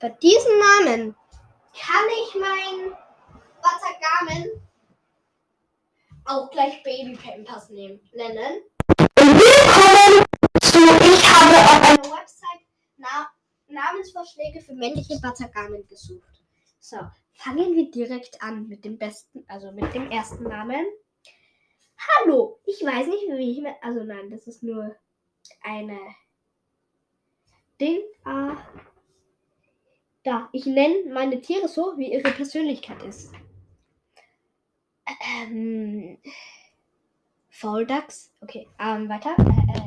Bei diesem Namen kann ich mein Batagamen auch gleich Baby Pampers nennen. Willkommen zu Ich habe auf einer Website Namensvorschläge für männliche Batagamen gesucht. So, fangen wir direkt an mit dem ersten Namen. Hallo, ich weiß nicht, wie ich mir. Also nein, das ist nur eine Ding. Da, ich nenne meine Tiere so, wie ihre Persönlichkeit ist. Fauldachs. Okay, weiter.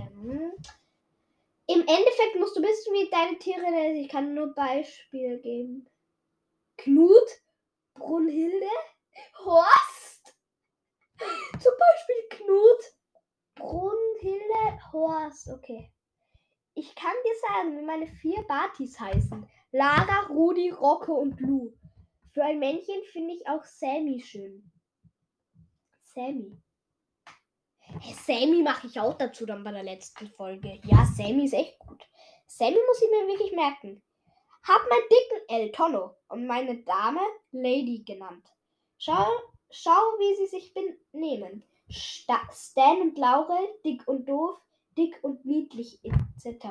Im Endeffekt musst du wissen, wie deine Tiere nennen. Ich kann nur Beispiele geben. Knut, Brunhilde, Horst. Zum Beispiel Knut, Brunhilde, Horst. Okay. Ich kann dir sagen, wie meine 4 Bartis heißen. Lara, Rudi, Rocco und Lou. Für ein Männchen finde ich auch Sammy schön. Sammy. Hey, Sammy mache ich auch dazu dann bei der letzten Folge. Ja, Sammy ist echt gut. Sammy muss ich mir wirklich merken. Hab meinen dicken El Tonno und meine Dame Lady genannt. Schau, wie sie sich benehmen. Stan und Laurel, dick und doof, dick und niedlich, etc.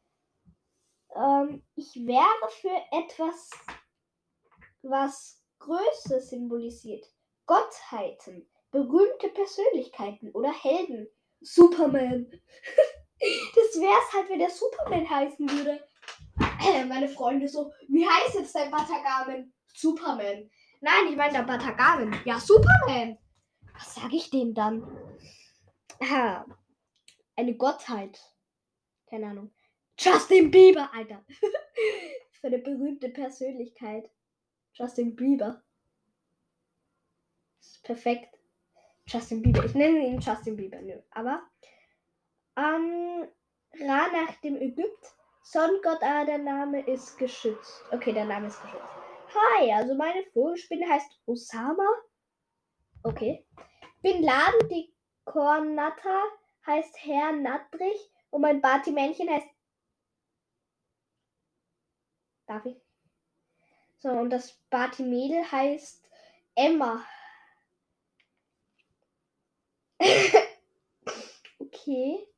Ich wäre für etwas, was Größe symbolisiert. Gottheiten, berühmte Persönlichkeiten oder Helden. Superman. Das wär's halt, wenn der Superman heißen würde. Meine Freunde so, wie heißt jetzt dein Batagamen? Superman. Nein, ich meine der Batagamen. Ja, Superman. Was sage ich dem dann? Eine Gottheit. Keine Ahnung. Justin Bieber, Alter. Für eine berühmte Persönlichkeit. Justin Bieber. Das ist perfekt. Justin Bieber. Ich nenne ihn Justin Bieber. Nö. Aber Ra nach dem Ägypt. Sonnengott, der Name ist geschützt. Okay, der Name ist geschützt. Hi, also meine Vogelspinne heißt Osama. Okay. Bin Laden, die Kornata heißt Herr Nattrich und mein Barty-Männchen heißt. Darf ich? So, und das Barty-Mädel heißt Emma. Okay.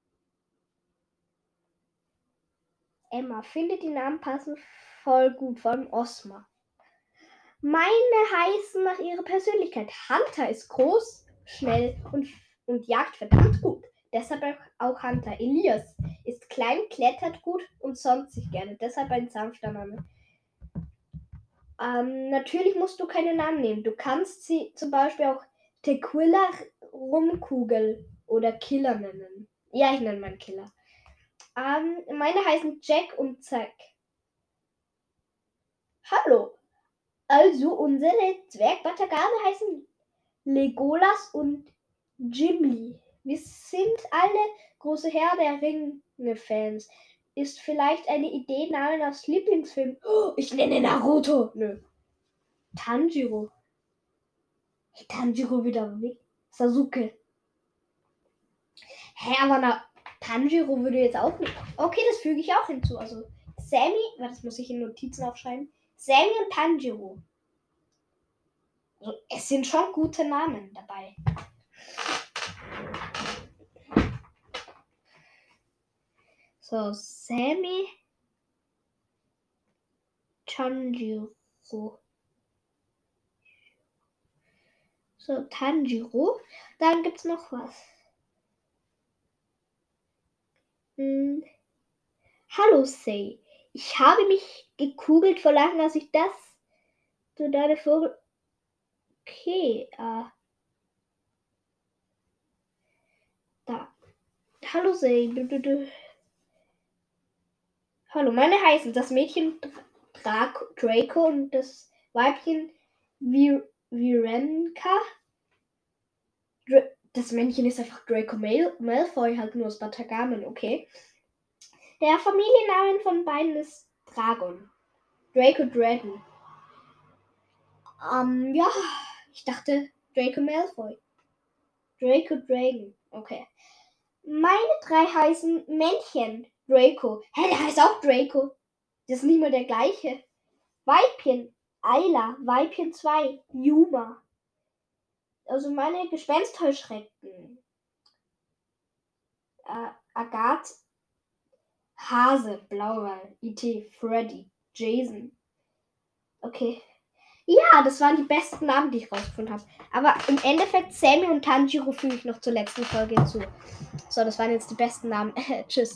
Emma, finde die Namen passen voll gut, vor allem Osma. Meine heißen nach ihrer Persönlichkeit. Hunter ist groß, schnell und jagt verdammt gut. Deshalb auch Hunter. Elias ist klein, klettert gut und sonnt sich gerne. Deshalb ein sanfter Name. Natürlich musst du keine Namen nehmen. Du kannst sie zum Beispiel auch Tequila, Rumkugel oder Killer nennen. Ja, ich nenne meinen Killer. Meine heißen Jack und Zack. Hallo. Also unsere Zwergbatagane heißen Legolas und Gimli. Wir sind alle große Herr der Ringe-Fans. Ist vielleicht eine Idee Namen aus Lieblingsfilm? Oh, ich nenne Naruto. Nö. Tanjiro. Hey, Tanjiro wieder weg. Sasuke. Hä, aber Tanjiro würde jetzt auch nicht. Okay, das füge ich auch hinzu. Also Sammy, das muss ich in Notizen aufschreiben. Sammy und Tanjiro. Also, es sind schon gute Namen dabei. So, Sammy, Tanjiro. So, Tanjiro. Dann gibt's noch was. Hallo, Say. Ich habe mich gekugelt vor Lachen, als ich das zu deiner Vogel. Okay, da. Hallo, Say. Hallo, meine heißen das Mädchen Draco und das Weibchen Virenka. Das Männchen ist einfach Draco Malfoy, halt nur aus Batagamen, okay. Der Familiennamen von beiden ist Dragon. Draco Dragon. Ja, ich dachte Draco Malfoy. Draco Dragon, okay. Meine 3 heißen Männchen Draco. Hä, der heißt auch Draco. Das ist nicht mal der gleiche. Weibchen. Ayla. Weibchen 2. Yuma. Also meine Gespensterschrecken. Agathe. Hase. Blauwal. IT. Freddy. Jason. Okay. Ja, das waren die besten Namen, die ich rausgefunden habe. Aber im Endeffekt Sammy und Tanjiro füge ich noch zur letzten Folge hinzu. So, das waren jetzt die besten Namen. Tschüss.